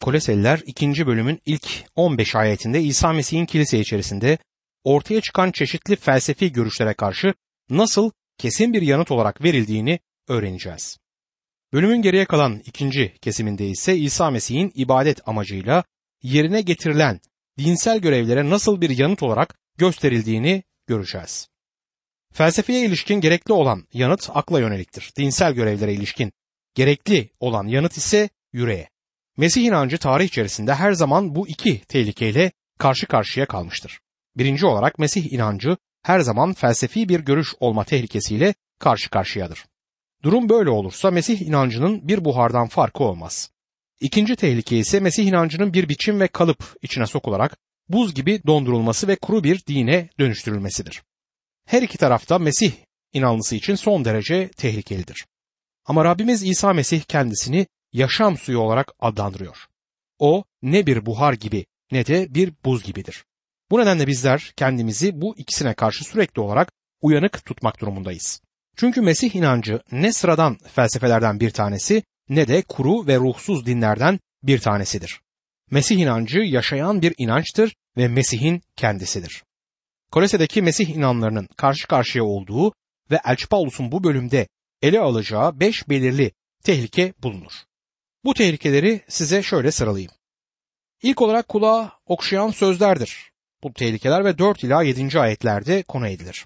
Koloseliler 2. bölümün ilk 15 ayetinde İsa Mesih'in kilise içerisinde ortaya çıkan çeşitli felsefi görüşlere karşı nasıl kesin bir yanıt olarak verildiğini öğreneceğiz. Bölümün geriye kalan ikinci kesiminde ise İsa Mesih'in ibadet amacıyla yerine getirilen dinsel görevlere nasıl bir yanıt olarak gösterildiğini göreceğiz. Felsefeye ilişkin gerekli olan yanıt akla yöneliktir. Dinsel görevlere ilişkin gerekli olan yanıt ise yüreğe. Mesih inancı tarih içerisinde her zaman bu iki tehlikeyle karşı karşıya kalmıştır. Birinci olarak Mesih inancı her zaman felsefi bir görüş olma tehlikesiyle karşı karşıyadır. Durum böyle olursa Mesih inancının bir buhardan farkı olmaz. İkinci tehlike ise Mesih inancının bir biçim ve kalıp içine sokularak buz gibi dondurulması ve kuru bir dine dönüştürülmesidir. Her iki tarafta Mesih inanlısı için son derece tehlikelidir. Ama Rabbimiz İsa Mesih kendisini yaşam suyu olarak adlandırıyor. O ne bir buhar gibi ne de bir buz gibidir. Bu nedenle bizler kendimizi bu ikisine karşı sürekli olarak uyanık tutmak durumundayız. Çünkü Mesih inancı ne sıradan felsefelerden bir tanesi ne de kuru ve ruhsuz dinlerden bir tanesidir. Mesih inancı yaşayan bir inançtır ve Mesih'in kendisidir. Kolose'deki Mesih inanlarının karşı karşıya olduğu ve Elçi Pavlus'un bu bölümde ele alacağı 5 belirli tehlike bulunur. Bu tehlikeleri size şöyle sıralayayım. İlk olarak kulağa okşayan sözlerdir. Bu tehlikeler ve 4 ila 7. ayetlerde konu edilir.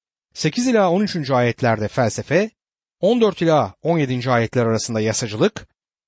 8 ila 13. ayetlerde felsefe, 14 ila 17. ayetler arasında yasacılık,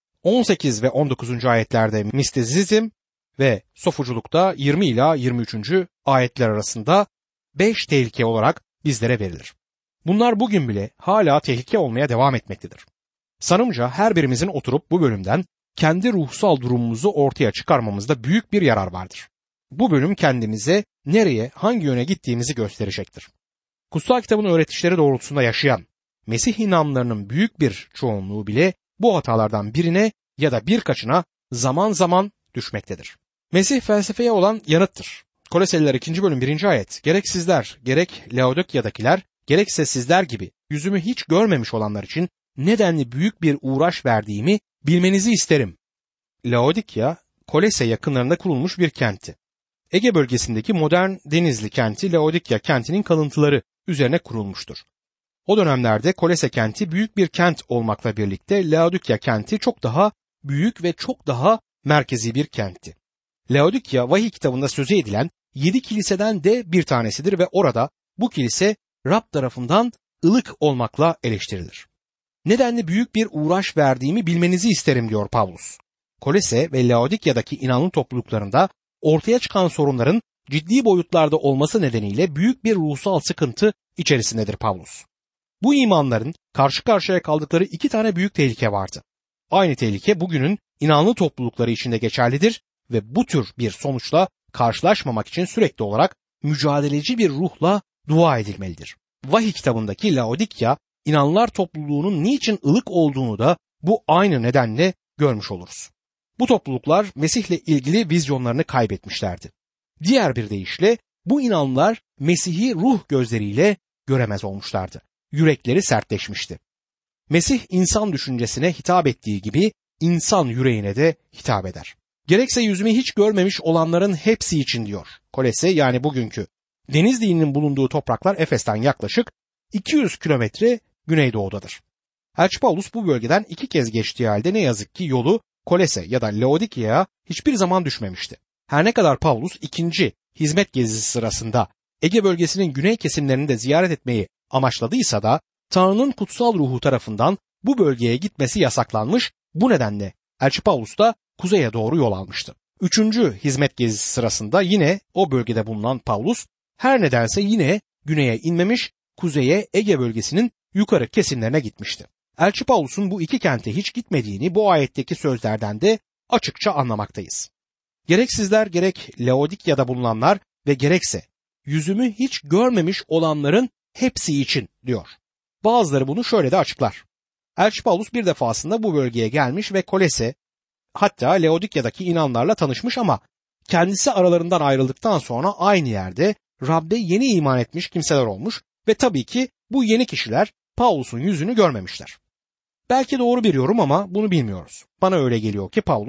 18 ve 19. ayetlerde mistizizm ve sofuculukta 20 ila 23. ayetler arasında 5 tehlike olarak bizlere verilir. Bunlar bugün bile hala tehlike olmaya devam etmektedir. Sanımca her birimizin oturup bu bölümden kendi ruhsal durumumuzu ortaya çıkarmamızda büyük bir yarar vardır. Bu bölüm kendimize nereye, hangi yöne gittiğimizi gösterecektir. Kutsal kitabın öğretişleri doğrultusunda yaşayan Mesih inanlarının büyük bir çoğunluğu bile bu hatalardan birine ya da birkaçına zaman zaman düşmektedir. Mesih felsefeye olan yanıttır. Koloseliler 2. bölüm 1. ayet, gerek sizler, gerek Laodikya'dakiler, gerekse sizler gibi yüzümü hiç görmemiş olanlar için nedenli büyük bir uğraş verdiğimi bilmenizi isterim. Laodikya, Kolose yakınlarında kurulmuş bir kentti. Ege bölgesindeki modern Denizli kenti Laodikya kentinin kalıntıları üzerine kurulmuştur. O dönemlerde Kolose kenti büyük bir kent olmakla birlikte Laodikya kenti çok daha büyük ve çok daha merkezi bir kentti. Laodikya vahiy kitabında sözü edilen 7 kiliseden de bir tanesidir ve orada bu kilise Rab tarafından ılık olmakla eleştirilir. Nedenli büyük bir uğraş verdiğimi bilmenizi isterim diyor Pavlus. Kolose ve Laodikya'daki inanlı topluluklarında ortaya çıkan sorunların ciddi boyutlarda olması nedeniyle büyük bir ruhsal sıkıntı içerisindedir Pavlus. Bu imanların karşı karşıya kaldıkları 2 tane büyük tehlike vardı. Aynı tehlike bugünün inanlı toplulukları içinde geçerlidir ve bu tür bir sonuçla karşılaşmamak için sürekli olarak mücadeleci bir ruhla dua edilmelidir. Vahiy kitabındaki Laodikya inanlılar topluluğunun niçin ılık olduğunu da bu aynı nedenle görmüş oluruz. Bu topluluklar Mesih'le ilgili vizyonlarını kaybetmişlerdi. Diğer bir deyişle bu inanlılar Mesih'i ruh gözleriyle göremez olmuşlardı. Yürekleri sertleşmişti. Mesih insan düşüncesine hitap ettiği gibi insan yüreğine de hitap eder. Gerekse yüzümü hiç görmemiş olanların hepsi için diyor. Kolose yani bugünkü Denizli'nin bulunduğu topraklar Efes'ten yaklaşık 200 kilometre güneydoğudadır. Elçi Pavlus bu bölgeden 2 kez geçtiği halde ne yazık ki yolu Kolose ya da Laodikya'ya hiçbir zaman düşmemişti. Her ne kadar Pavlus 2. hizmet gezisi sırasında Ege bölgesinin güney kesimlerini de ziyaret etmeyi amaçladıysa da Tanrı'nın kutsal ruhu tarafından bu bölgeye gitmesi yasaklanmış, bu nedenle Elçi Pavlus da kuzeye doğru yol almıştı. 3. hizmet gezisi sırasında yine o bölgede bulunan Pavlus her nedense yine güneye inmemiş, kuzeye Ege bölgesinin yukarı kesimlerine gitmişti. Elçi Pavlus'un bu 2 kente hiç gitmediğini bu ayetteki sözlerden de açıkça anlamaktayız. Gerek sizler gerek Laodikya'da bulunanlar ve gerekse yüzümü hiç görmemiş olanların hepsi için diyor. Bazıları bunu şöyle de açıklar. Elçi Pavlus bir defasında bu bölgeye gelmiş ve Kolose hatta Laodikya'daki inanlarla tanışmış ama kendisi aralarından ayrıldıktan sonra aynı yerde Rab'be yeni iman etmiş kimseler olmuş ve tabii ki bu yeni kişiler Pavlus'un yüzünü görmemişler. Belki doğru bir yorum ama bunu bilmiyoruz. Bana öyle geliyor ki Pavlus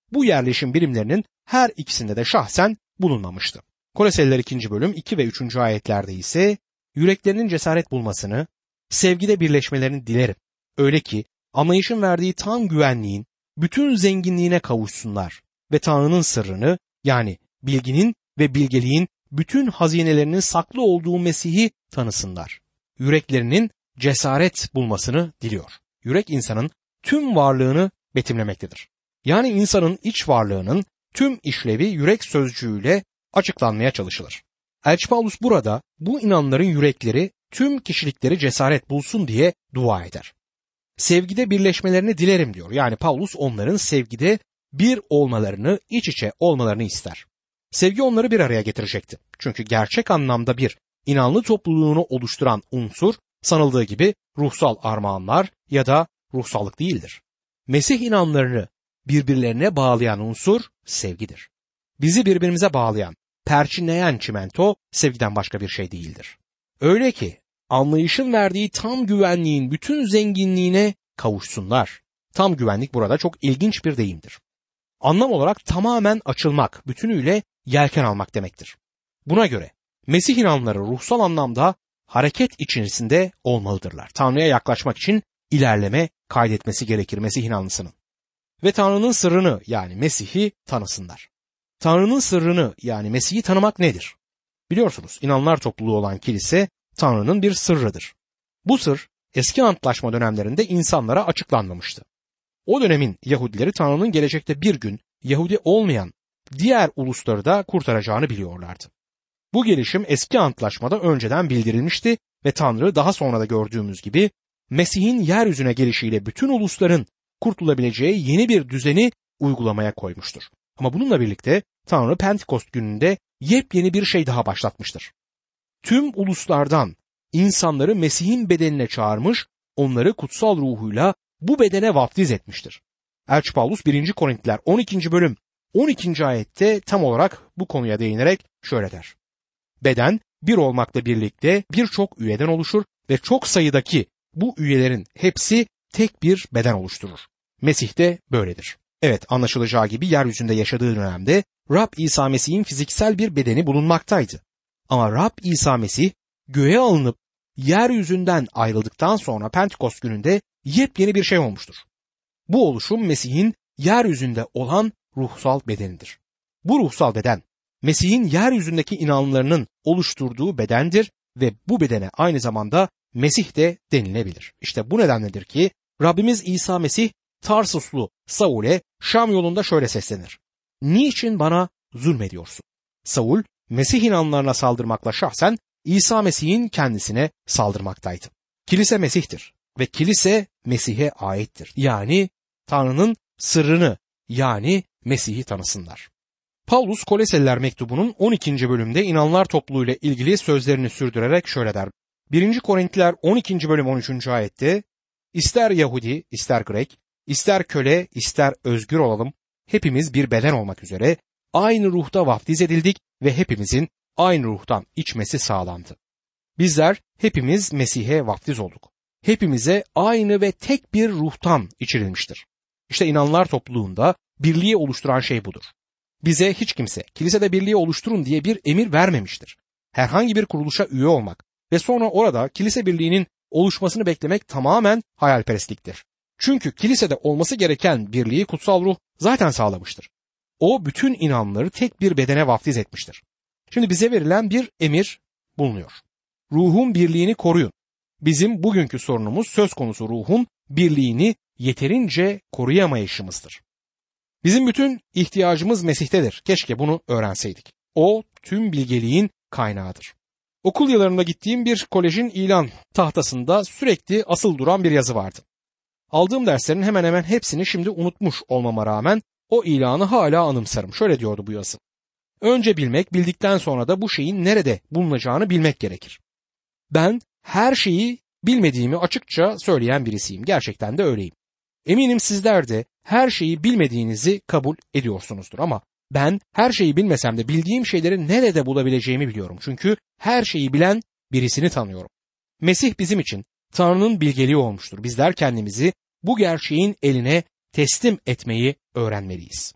bu yerleşim birimlerinin her ikisinde de şahsen bulunmamıştı. Koloseliler 2. bölüm 2 ve 3. ayetlerde ise yüreklerinin cesaret bulmasını, sevgide birleşmelerini dilerim. Öyle ki anlayışın verdiği tam güvenliğin bütün zenginliğine kavuşsunlar ve Tanrı'nın sırrını, yani bilginin ve bilgeliğin bütün hazinelerinin saklı olduğu Mesih'i tanısınlar. Yüreklerinin cesaret bulmasını diliyor. Yürek insanın tüm varlığını betimlemektedir. Yani insanın iç varlığının tüm işlevi yürek sözcüğüyle açıklanmaya çalışılır. Elçi Paulus burada bu inanların yürekleri tüm kişilikleri cesaret bulsun diye dua eder. Sevgide birleşmelerini dilerim diyor. Yani Paulus onların sevgide bir olmalarını, iç içe olmalarını ister. Sevgi onları bir araya getirecekti. Çünkü gerçek anlamda bir inanlı topluluğunu oluşturan unsur sanıldığı gibi ruhsal armağanlar ya da ruhsallık değildir. Mesih inanlarını birbirlerine bağlayan unsur sevgidir. Bizi birbirimize bağlayan, perçinleyen çimento sevgiden başka bir şey değildir. Öyle ki anlayışın verdiği tam güvenliğin bütün zenginliğine kavuşsunlar. Tam güvenlik burada çok ilginç bir deyimdir. Anlam olarak tamamen açılmak, bütünüyle yelken almak demektir. Buna göre Mesih inanları ruhsal anlamda hareket içerisinde olmalıdırlar. Tanrı'ya yaklaşmak için ilerleme kaydetmesi gerekir Mesih inanlısının. Ve Tanrı'nın sırrını, yani Mesih'i tanısınlar. Tanrı'nın sırrını, yani Mesih'i tanımak nedir? Biliyorsunuz, inanlar topluluğu olan kilise Tanrı'nın bir sırrıdır. Bu sır eski antlaşma dönemlerinde insanlara açıklanmamıştı. O dönemin Yahudileri Tanrı'nın gelecekte bir gün Yahudi olmayan diğer ulusları da kurtaracağını biliyorlardı. Bu gelişim eski antlaşmada önceden bildirilmişti ve Tanrı daha sonra da gördüğümüz gibi Mesih'in yeryüzüne gelişiyle bütün ulusların kurtulabileceği yeni bir düzeni uygulamaya koymuştur. Ama bununla birlikte Tanrı Pentekost gününde yepyeni bir şey daha başlatmıştır. Tüm uluslardan insanları Mesih'in bedenine çağırmış, onları kutsal ruhuyla bu bedene vaftiz etmiştir. Elçi Paulus 1. Korintiler 12. bölüm 12. ayette tam olarak bu konuya değinerek şöyle der. Beden bir olmakla birlikte birçok üyeden oluşur ve çok sayıdaki bu üyelerin hepsi tek bir beden oluşturur. Mesih de böyledir. Evet, anlaşılacağı gibi yeryüzünde yaşadığı dönemde Rab İsa Mesih'in fiziksel bir bedeni bulunmaktaydı. Ama Rab İsa Mesih göğe alınıp yeryüzünden ayrıldıktan sonra Pentekost gününde yepyeni bir şey olmuştur. Bu oluşum Mesih'in yeryüzünde olan ruhsal bedenidir. Bu ruhsal beden Mesih'in yeryüzündeki inananlarının oluşturduğu bedendir ve bu bedene aynı zamanda Mesih de denilebilir. İşte bu nedenledir ki Rabbimiz İsa Mesih Tarsuslu Saul'e Şam yolunda şöyle seslenir. Niçin bana zulmediyorsun? Saul, Mesih inanlarına saldırmakla şahsen İsa Mesih'in kendisine saldırmaktaydı. Kilise Mesih'tir ve kilise Mesih'e aittir. Yani Tanrı'nın sırrını, yani Mesih'i tanısınlar. Paulus Koloseliler mektubunun 12. bölümde inanlar topluluğuyla ilgili sözlerini sürdürerek şöyle der. 1. Korintiler 12. bölüm 13. ayette ister Yahudi, ister Grek, ister köle, ister özgür olalım, hepimiz bir beden olmak üzere aynı ruhta vaftiz edildik ve hepimizin aynı ruhtan içmesi sağlandı. Bizler hepimiz Mesih'e vaftiz olduk. Hepimize aynı ve tek bir ruhtan içirilmiştir. İşte inanlar topluluğunda birliği oluşturan şey budur. Bize hiç kimse kilisede birliği oluşturun diye bir emir vermemiştir. Herhangi bir kuruluşa üye olmak ve sonra orada kilise birliğinin oluşmasını beklemek tamamen hayalperestliktir. Çünkü kilisede olması gereken birliği kutsal ruh zaten sağlamıştır. O bütün inanları tek bir bedene vaftiz etmiştir. Şimdi bize verilen bir emir bulunuyor. Ruhun birliğini koruyun. Bizim bugünkü sorunumuz söz konusu ruhun birliğini yeterince koruyamayışımızdır. Bizim bütün ihtiyacımız Mesih'tedir. Keşke bunu öğrenseydik. O tüm bilgeliğin kaynağıdır. Okul yıllarında gittiğim bir kolejin ilan tahtasında sürekli asıl duran bir yazı vardı. Aldığım derslerin hemen hemen hepsini şimdi unutmuş olmama rağmen o ilanı hala anımsarım. Şöyle diyordu bu yazı. Önce bilmek, bildikten sonra da bu şeyin nerede bulunacağını bilmek gerekir. Ben her şeyi bilmediğimi açıkça söyleyen birisiyim. Gerçekten de öyleyim. Eminim sizler de her şeyi bilmediğinizi kabul ediyorsunuzdur ama ben her şeyi bilmesem de bildiğim şeyleri nerede bulabileceğimi biliyorum. Çünkü her şeyi bilen birisini tanıyorum. Mesih bizim için Tanrı'nın bilgeliği olmuştur. Bizler kendimizi bu gerçeğin eline teslim etmeyi öğrenmeliyiz.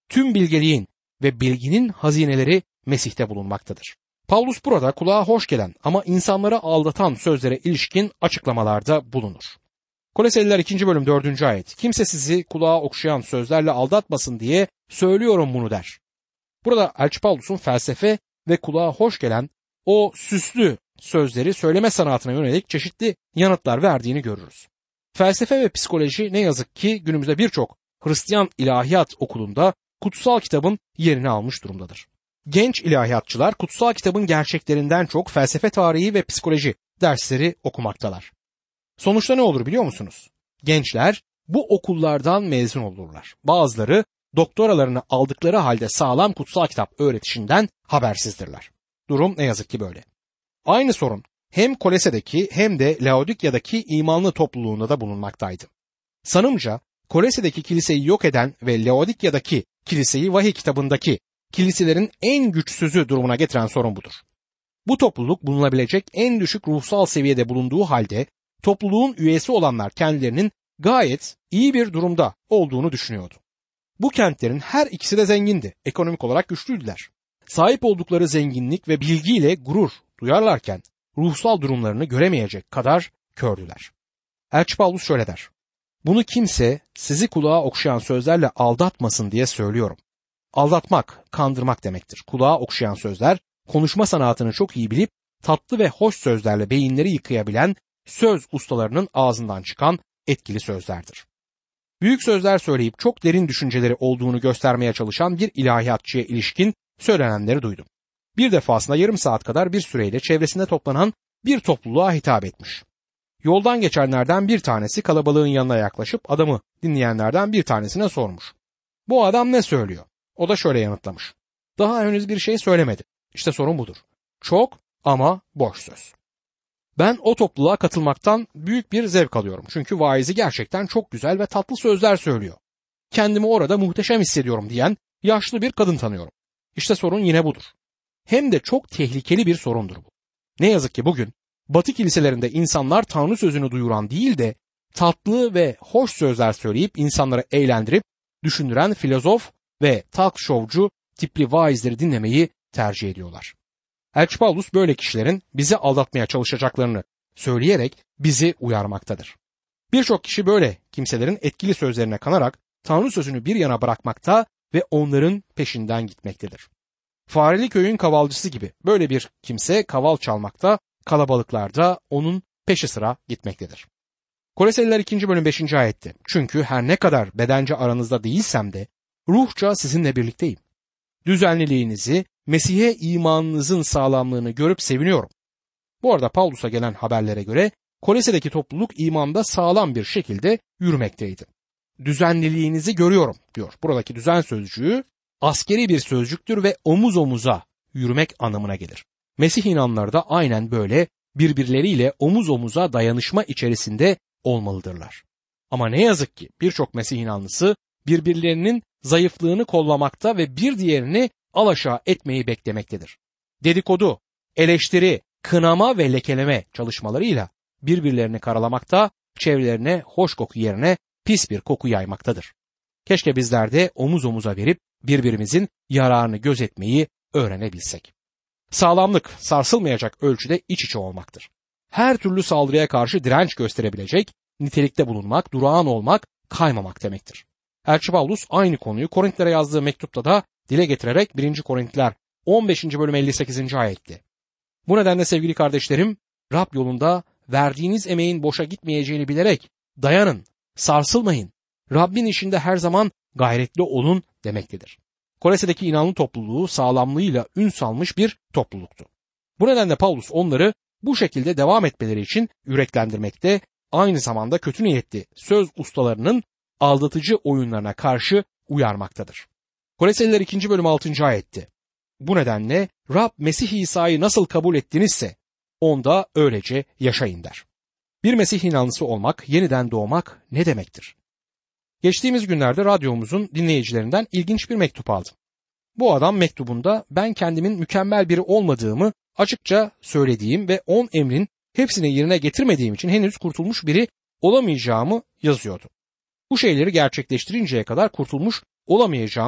tüm bilgeliğin ve bilginin hazineleri Mesih'te bulunmaktadır. Pavlus burada kulağa hoş gelen ama insanları aldatan sözlere ilişkin açıklamalarda bulunur. Koloseliler 2. bölüm 4. ayet. Kimse sizi kulağa okşayan sözlerle aldatmasın diye söylüyorum bunu der. Burada Elçi Pavlus'un felsefe ve kulağa hoş gelen o süslü sözleri söyleme sanatına yönelik çeşitli yanıtlar verdiğini görürüz. Felsefe ve psikoloji ne yazık ki günümüzde birçok Hristiyan ilahiyat okulunda kutsal kitabın yerini almış durumdadır. Genç ilahiyatçılar kutsal kitabın gerçeklerinden çok felsefe tarihi ve psikoloji dersleri okumaktalar. Sonuçta ne olur biliyor musunuz? Gençler bu okullardan mezun olurlar. Bazıları doktoralarını aldıkları halde sağlam kutsal kitap öğretişinden habersizdirler. Durum ne yazık ki böyle. Aynı sorun hem Kolese'deki hem de Laodikya'daki imanlı topluluğunda da bulunmaktaydı. Sanımca Kolese'deki kiliseyi yok eden ve Laodikya'daki kiliseyi vahiy kitabındaki kiliselerin en güçsüzü durumuna getiren sorun budur. Bu topluluk bulunabilecek en düşük ruhsal seviyede bulunduğu halde topluluğun üyesi olanlar kendilerinin gayet iyi bir durumda olduğunu düşünüyordu. Bu kentlerin her ikisi de zengindi, ekonomik olarak güçlüydüler. Sahip oldukları zenginlik ve bilgiyle gurur duyarlarken ruhsal durumlarını göremeyecek kadar kördüler. Elçi Pavlus şöyle der: Bunu kimse sizi kulağa okşayan sözlerle aldatmasın diye söylüyorum. Aldatmak, kandırmak demektir. Kulağa okşayan sözler, konuşma sanatını çok iyi bilip tatlı ve hoş sözlerle beyinleri yıkayabilen söz ustalarının ağzından çıkan etkili sözlerdir. Büyük sözler söyleyip çok derin düşünceleri olduğunu göstermeye çalışan bir ilahiyatçıya ilişkin söylenenleri duydum. Bir defasında yarım saat kadar bir süreyle çevresinde toplanan bir topluluğa hitap etmiş. Yoldan geçenlerden bir tanesi kalabalığın yanına yaklaşıp adamı dinleyenlerden bir tanesine sormuş. Bu adam ne söylüyor? O da şöyle yanıtlamış. Daha henüz bir şey söylemedi. İşte sorun budur. Çok ama boş söz. Ben o topluluğa katılmaktan büyük bir zevk alıyorum. Çünkü vaizi gerçekten çok güzel ve tatlı sözler söylüyor. Kendimi orada muhteşem hissediyorum diyen yaşlı bir kadın tanıyorum. İşte sorun yine budur. Hem de çok tehlikeli bir sorundur bu. Ne yazık ki bugün Batı kiliselerinde insanlar Tanrı sözünü duyuran değil de tatlı ve hoş sözler söyleyip insanları eğlendirip düşündüren filozof ve talk showcu tipli vaizleri dinlemeyi tercih ediyorlar. Elçi Pavlus böyle kişilerin bizi aldatmaya çalışacaklarını söyleyerek bizi uyarmaktadır. Birçok kişi böyle kimselerin etkili sözlerine kanarak Tanrı sözünü bir yana bırakmakta ve onların peşinden gitmektedir. Fareli köyün kavalcısı gibi böyle bir kimse kaval çalmakta, kalabalıklarda onun peşi sıra gitmektedir. Koloseliler 2. bölüm 5. ayette. Çünkü her ne kadar bedence aranızda değilsem de ruhça sizinle birlikteyim. Düzenliliğinizi, Mesih'e imanınızın sağlamlığını görüp seviniyorum. Bu arada Pavlus'a gelen haberlere göre Kolose'deki topluluk imanda sağlam bir şekilde yürümekteydi. Düzenliliğinizi görüyorum diyor. Buradaki düzen sözcüğü askeri bir sözcüktür ve omuz omuza yürümek anlamına gelir. Mesih inanları da aynen böyle birbirleriyle omuz omuza dayanışma içerisinde olmalıdırlar. Ama ne yazık ki birçok Mesih inanlısı birbirlerinin zayıflığını kollamakta ve bir diğerini alaşağı etmeyi beklemektedir. Dedikodu, eleştiri, kınama ve lekeleme çalışmalarıyla birbirlerini karalamakta, çevrelerine hoş koku yerine pis bir koku yaymaktadır. Keşke bizler de omuz omuza verip birbirimizin yararını gözetmeyi öğrenebilsek. Sağlamlık sarsılmayacak ölçüde iç içe olmaktır. Her türlü saldırıya karşı direnç gösterebilecek nitelikte bulunmak, durağan olmak, kaymamak demektir. Elçi Pavlus aynı konuyu Korintlere yazdığı mektupta da dile getirerek 1. Korintliler 15. bölüm 58. ayette. Bu nedenle sevgili kardeşlerim, Rab yolunda verdiğiniz emeğin boşa gitmeyeceğini bilerek dayanın, sarsılmayın. Rabbin işinde her zaman gayretli olun demektedir. Kolese'deki inanlı topluluğu sağlamlığıyla ün salmış bir topluluktu. Bu nedenle Pavlus onları bu şekilde devam etmeleri için yüreklendirmekte, aynı zamanda kötü niyetli söz ustalarının aldatıcı oyunlarına karşı uyarmaktadır. Koloseliler 2. bölüm 6. ayette. Bu nedenle Rab Mesih İsa'yı nasıl kabul ettinizse onda öylece yaşayın der. Bir Mesih inanlısı olmak, yeniden doğmak ne demektir? Geçtiğimiz günlerde radyomuzun dinleyicilerinden ilginç bir mektup aldım. Bu adam mektubunda ben kendimin mükemmel biri olmadığımı açıkça söylediğim ve 10 emrin hepsini yerine getirmediğim için henüz kurtulmuş biri olamayacağımı yazıyordu. Bu şeyleri gerçekleştirinceye kadar kurtulmuş olamayacağımı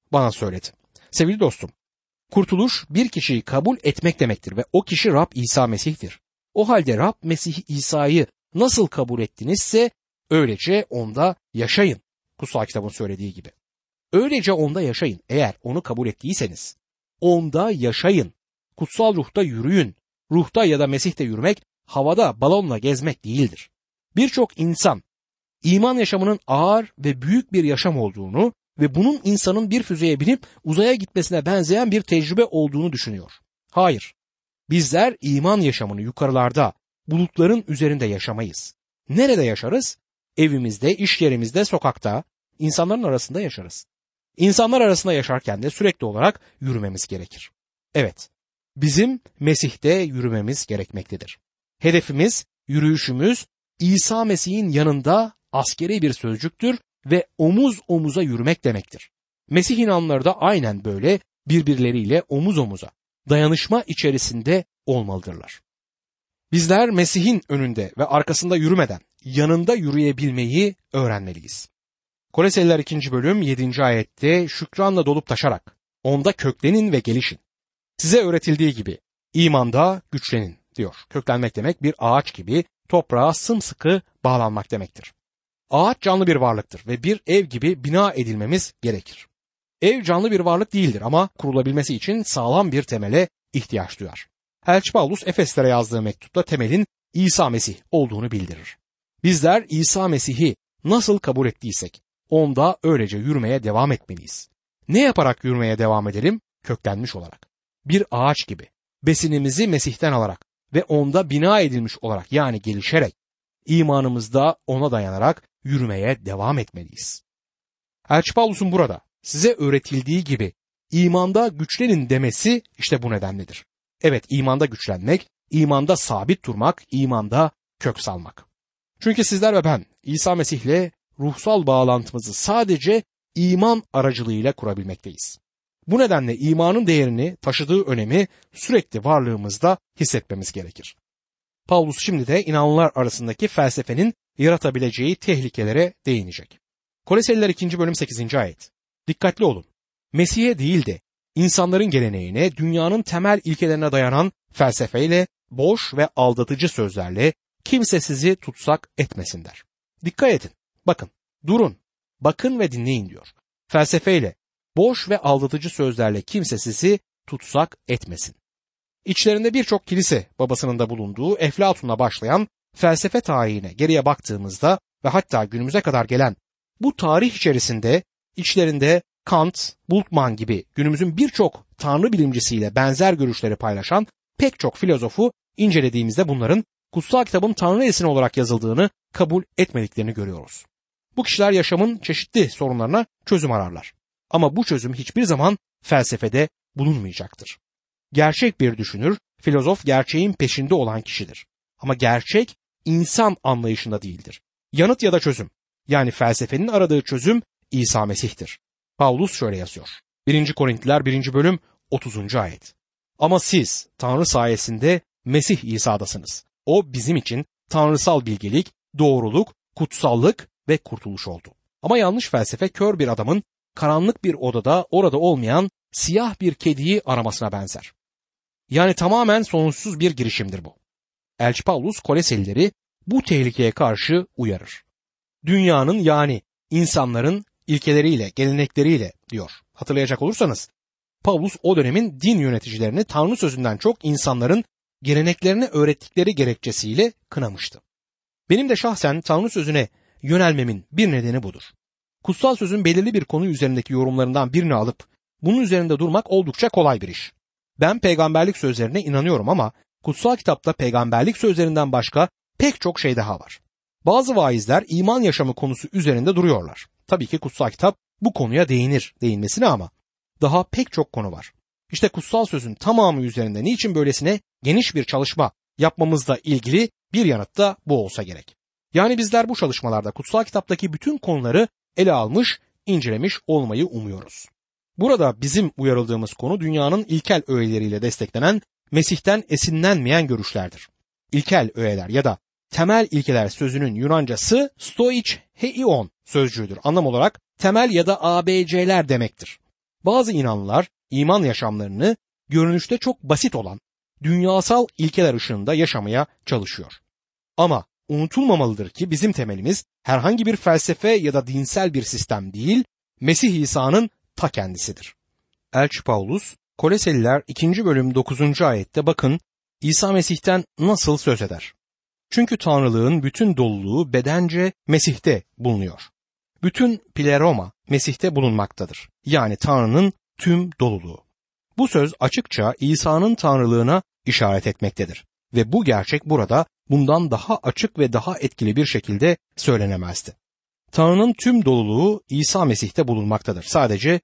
bana söyledi. Sevgili dostum, kurtuluş bir kişiyi kabul etmek demektir ve o kişi Rab İsa Mesih'tir. O halde Rab Mesih İsa'yı nasıl kabul ettinizse öylece onda yaşayın. Kutsal kitabın söylediği gibi. Öylece onda yaşayın. Eğer onu kabul ettiyseniz onda yaşayın. Kutsal ruhta yürüyün. Ruhta ya da Mesih'te yürümek havada balonla gezmek değildir. Birçok insan iman yaşamının ağır ve büyük bir yaşam olduğunu ve bunun insanın bir füzeye binip uzaya gitmesine benzeyen bir tecrübe olduğunu düşünüyor. Hayır. Bizler iman yaşamını yukarılarda, bulutların üzerinde yaşamayız. Nerede yaşarız? Evimizde, iş yerimizde, sokakta, insanların arasında yaşarız. İnsanlar arasında yaşarken de sürekli olarak yürümemiz gerekir. Evet, bizim Mesih'te yürümemiz gerekmektedir. Hedefimiz, yürüyüşümüz İsa Mesih'in yanında askeri bir sözcüktür ve omuz omuza yürümek demektir. Mesih inanları da aynen böyle birbirleriyle omuz omuza, dayanışma içerisinde olmalıdırlar. Bizler Mesih'in önünde ve arkasında yürümeden yanında yürüyebilmeyi öğrenmeliyiz. Koloseliler 2. bölüm 7. ayette şükranla dolup taşarak onda köklenin ve gelişin. Size öğretildiği gibi imanda güçlenin diyor. Köklenmek demek bir ağaç gibi toprağa sımsıkı bağlanmak demektir. Ağaç canlı bir varlıktır ve bir ev gibi bina edilmemiz gerekir. Ev canlı bir varlık değildir ama kurulabilmesi için sağlam bir temele ihtiyaç duyar. Elçi Paulus Efeslere yazdığı mektupta temelin İsa Mesih olduğunu bildirir. Bizler İsa Mesih'i nasıl kabul ettiysek onda öylece yürümeye devam etmeliyiz. Ne yaparak yürümeye devam edelim? Köklenmiş olarak. Bir ağaç gibi. Besinimizi Mesih'ten alarak ve onda bina edilmiş olarak yani gelişerek imanımızda ona dayanarak yürümeye devam etmeliyiz. Elçi Paulus'un burada size öğretildiği gibi imanda güçlenin demesi işte bu nedenledir. Evet, imanda güçlenmek, imanda sabit durmak, imanda kök salmak. Çünkü sizler ve ben İsa Mesih'le ruhsal bağlantımızı sadece iman aracılığıyla kurabilmekteyiz. Bu nedenle imanın değerini, taşıdığı önemi sürekli varlığımızda hissetmemiz gerekir. Paulus şimdi de inananlar arasındaki felsefenin yaratabileceği tehlikelere değinecek. Koloseliler 2. bölüm 8. ayet. Dikkatli olun. Mesih'e değil de insanların geleneğine, dünyanın temel ilkelerine dayanan felsefeyle, boş ve aldatıcı sözlerle kimse sizi tutsak etmesin der. Dikkat edin, bakın, durun, bakın ve dinleyin diyor. Felsefeyle, boş ve aldatıcı sözlerle kimse sizi tutsak etmesin. İçlerinde birçok kilise babasının da bulunduğu Eflatun'la başlayan felsefe tarihine geriye baktığımızda ve hatta günümüze kadar gelen bu tarih içerisinde içlerinde Kant, Bultmann gibi günümüzün birçok tanrı bilimcisiyle benzer görüşleri paylaşan pek çok filozofu incelediğimizde bunların kutsal kitabın tanrı eseri olarak yazıldığını kabul etmediklerini görüyoruz. Bu kişiler yaşamın çeşitli sorunlarına çözüm ararlar. Ama bu çözüm hiçbir zaman felsefede bulunmayacaktır. Gerçek bir düşünür, filozof gerçeğin peşinde olan kişidir. Ama gerçek insan anlayışında değildir. Yanıt ya da çözüm, yani felsefenin aradığı çözüm İsa Mesih'tir. Paulus şöyle yazıyor. 1. Korintiler 1. bölüm 30. ayet. Ama siz Tanrı sayesinde Mesih İsa'dasınız. O bizim için tanrısal bilgelik, doğruluk, kutsallık ve kurtuluş oldu. Ama yanlış felsefe kör bir adamın karanlık bir odada orada olmayan siyah bir kediyi aramasına benzer. Yani tamamen sonuçsuz bir girişimdir bu. Elçi Paulus Koloselileri bu tehlikeye karşı uyarır. Dünyanın yani insanların ilkeleriyle, gelenekleriyle diyor. Hatırlayacak olursanız Paulus o dönemin din yöneticilerini Tanrı sözünden çok insanların geleneklerini öğrettikleri gerekçesiyle kınamıştı. Benim de şahsen Tanrı sözüne yönelmemin bir nedeni budur. Kutsal sözün belirli bir konu üzerindeki yorumlarından birini alıp bunun üzerinde durmak oldukça kolay bir iş. Ben peygamberlik sözlerine inanıyorum ama kutsal kitapta peygamberlik sözlerinden başka pek çok şey daha var. Bazı vaizler iman yaşamı konusu üzerinde duruyorlar. Tabii ki kutsal kitap bu konuya değinmesine ama daha pek çok konu var. İşte kutsal sözün tamamı üzerinde niçin böylesine geniş bir çalışma yapmamızla ilgili bir yanıt da bu olsa gerek. Yani bizler bu çalışmalarda kutsal kitaptaki bütün konuları ele almış, incelemiş olmayı umuyoruz. Burada bizim uyarıldığımız konu dünyanın ilkel öğeleriyle desteklenen Mesih'ten esinlenmeyen görüşlerdir. İlkel öğeler ya da temel ilkeler sözünün Yunancası stoicheion sözcüğüdür. Anlam olarak temel ya da ABC'ler demektir. Bazı inanlılar iman yaşamlarını görünüşte çok basit olan dünyasal ilkeler ışığında yaşamaya çalışıyor. Ama unutulmamalıdır ki bizim temelimiz herhangi bir felsefe ya da dinsel bir sistem değil, Mesih İsa'nın ta kendisidir. Elçi Paulus, Koloseliler 2. bölüm 9. ayette bakın İsa Mesih'ten nasıl söz eder. Çünkü Tanrılığın bütün doluluğu bedence Mesih'te bulunuyor. Bütün pleroma Mesih'te bulunmaktadır. Yani Tanrı'nın tüm doluluğu. Bu söz açıkça İsa'nın Tanrılığına işaret etmektedir. Ve bu gerçek burada bundan daha açık ve daha etkili bir şekilde söylenemezdi. Tanrı'nın tüm doluluğu İsa Mesih'te bulunmaktadır. Sadece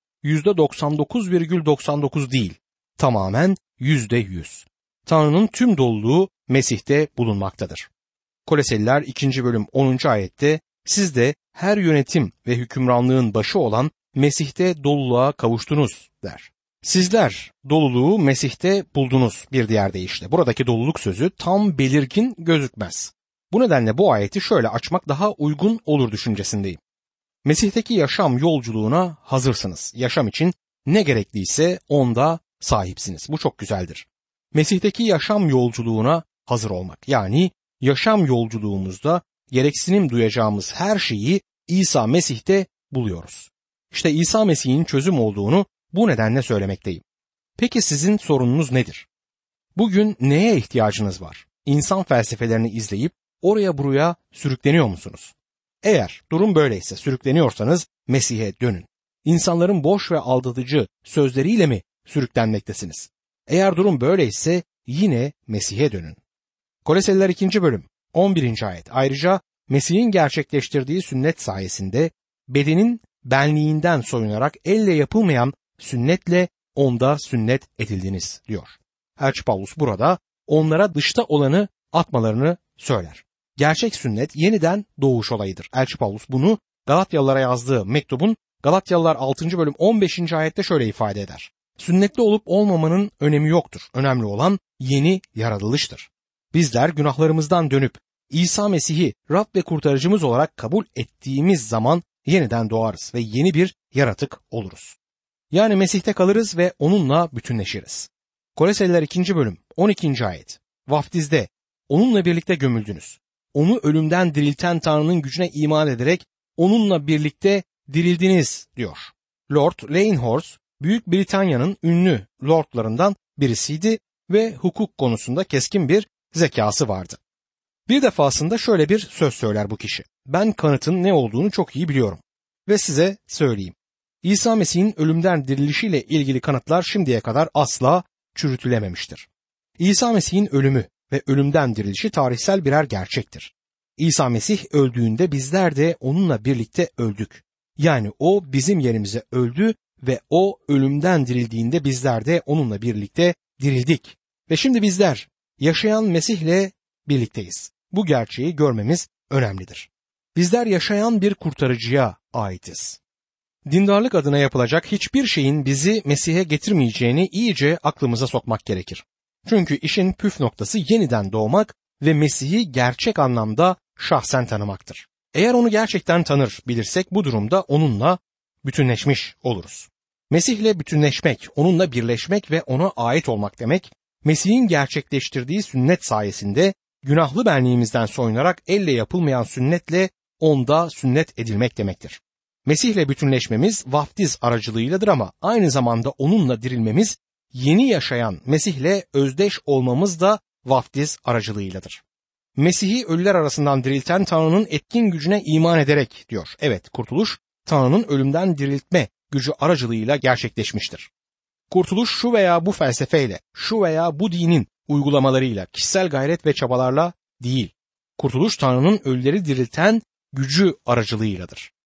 %99,99 değil, tamamen %100. Tanrı'nın tüm doluluğu Mesih'te bulunmaktadır. Koloseliler 2. bölüm 10. ayette siz de her yönetim ve hükümranlığın başı olan Mesih'te doluluğa kavuştunuz der. Sizler doluluğu Mesih'te buldunuz bir diğer deyişle. Buradaki doluluk sözü tam belirgin gözükmez. Bu nedenle bu ayeti şöyle açmak daha uygun olur düşüncesindeyim. Mesih'teki yaşam yolculuğuna hazırsınız. Yaşam için ne gerekliyse onda sahipsiniz. Bu çok güzeldir. Mesih'teki yaşam yolculuğuna hazır olmak. Yani yaşam yolculuğumuzda gereksinim duyacağımız her şeyi İsa Mesih'te buluyoruz. İşte İsa Mesih'in çözüm olduğunu bu nedenle söylemekteyim. Peki sizin sorununuz nedir? Bugün neye ihtiyacınız var? İnsan felsefelerini izleyip oraya buraya sürükleniyor musunuz? Eğer durum böyleyse sürükleniyorsanız Mesih'e dönün. İnsanların boş ve aldatıcı sözleriyle mi sürüklenmektesiniz? Eğer durum böyleyse yine Mesih'e dönün. Koloseliler 2. bölüm 11. ayet. Ayrıca Mesih'in gerçekleştirdiği sünnet sayesinde bedenin benliğinden soyunarak elle yapılmayan sünnetle onda sünnet edildiniz diyor. Elçi Paulus burada onlara dışta olanı atmalarını söyler. Gerçek sünnet yeniden doğuş olayıdır. Elçi Paulus bunu Galatyalılara yazdığı mektubun Galatyalılar 6. bölüm 15. ayette şöyle ifade eder. Sünnetli olup olmamanın önemi yoktur. Önemli olan yeni yaratılıştır. Bizler günahlarımızdan dönüp İsa Mesih'i Rab ve kurtarıcımız olarak kabul ettiğimiz zaman yeniden doğarız ve yeni bir yaratık oluruz. Yani Mesih'te kalırız ve onunla bütünleşiriz. Koloseliler 2. bölüm 12. ayet. Vaftizde onunla birlikte gömüldünüz. Onu ölümden dirilten Tanrı'nın gücüne iman ederek onunla birlikte dirildiniz diyor. Lord Langhorse, Büyük Britanya'nın ünlü lordlarından birisiydi ve hukuk konusunda keskin bir zekası vardı. Bir defasında şöyle bir söz söyler bu kişi. Ben kanıtın ne olduğunu çok iyi biliyorum ve size söyleyeyim. İsa Mesih'in ölümden dirilişiyle ilgili kanıtlar şimdiye kadar asla çürütülememiştir. İsa Mesih'in ölümü ve ölümden dirilişi tarihsel birer gerçektir. İsa Mesih öldüğünde bizler de onunla birlikte öldük. Yani o bizim yerimize öldü ve o ölümden dirildiğinde bizler de onunla birlikte dirildik. Ve şimdi bizler yaşayan Mesih'le birlikteyiz. Bu gerçeği görmemiz önemlidir. Bizler yaşayan bir kurtarıcıya aitiz. Dindarlık adına yapılacak hiçbir şeyin bizi Mesih'e getirmeyeceğini iyice aklımıza sokmak gerekir. Çünkü işin püf noktası yeniden doğmak ve Mesih'i gerçek anlamda şahsen tanımaktır. Eğer onu gerçekten tanır bilirsek bu durumda onunla bütünleşmiş oluruz. Mesih'le bütünleşmek, onunla birleşmek ve ona ait olmak demek, Mesih'in gerçekleştirdiği sünnet sayesinde günahlı benliğimizden soyunarak elle yapılmayan sünnetle onda sünnet edilmek demektir. Mesih'le bütünleşmemiz vaftiz aracılığıyladır ama aynı zamanda onunla dirilmemiz, yeni yaşayan Mesih'le özdeş olmamız da vaftiz aracılığıyladır. Mesih'i ölüler arasından dirilten Tanrı'nın etkin gücüne iman ederek diyor. Evet, kurtuluş Tanrı'nın ölümden diriltme gücü aracılığıyla gerçekleşmiştir. Kurtuluş şu veya bu felsefeyle, şu veya bu dinin uygulamalarıyla, kişisel gayret ve çabalarla değil. Kurtuluş Tanrı'nın ölüleri dirilten gücü aracılığıyladır.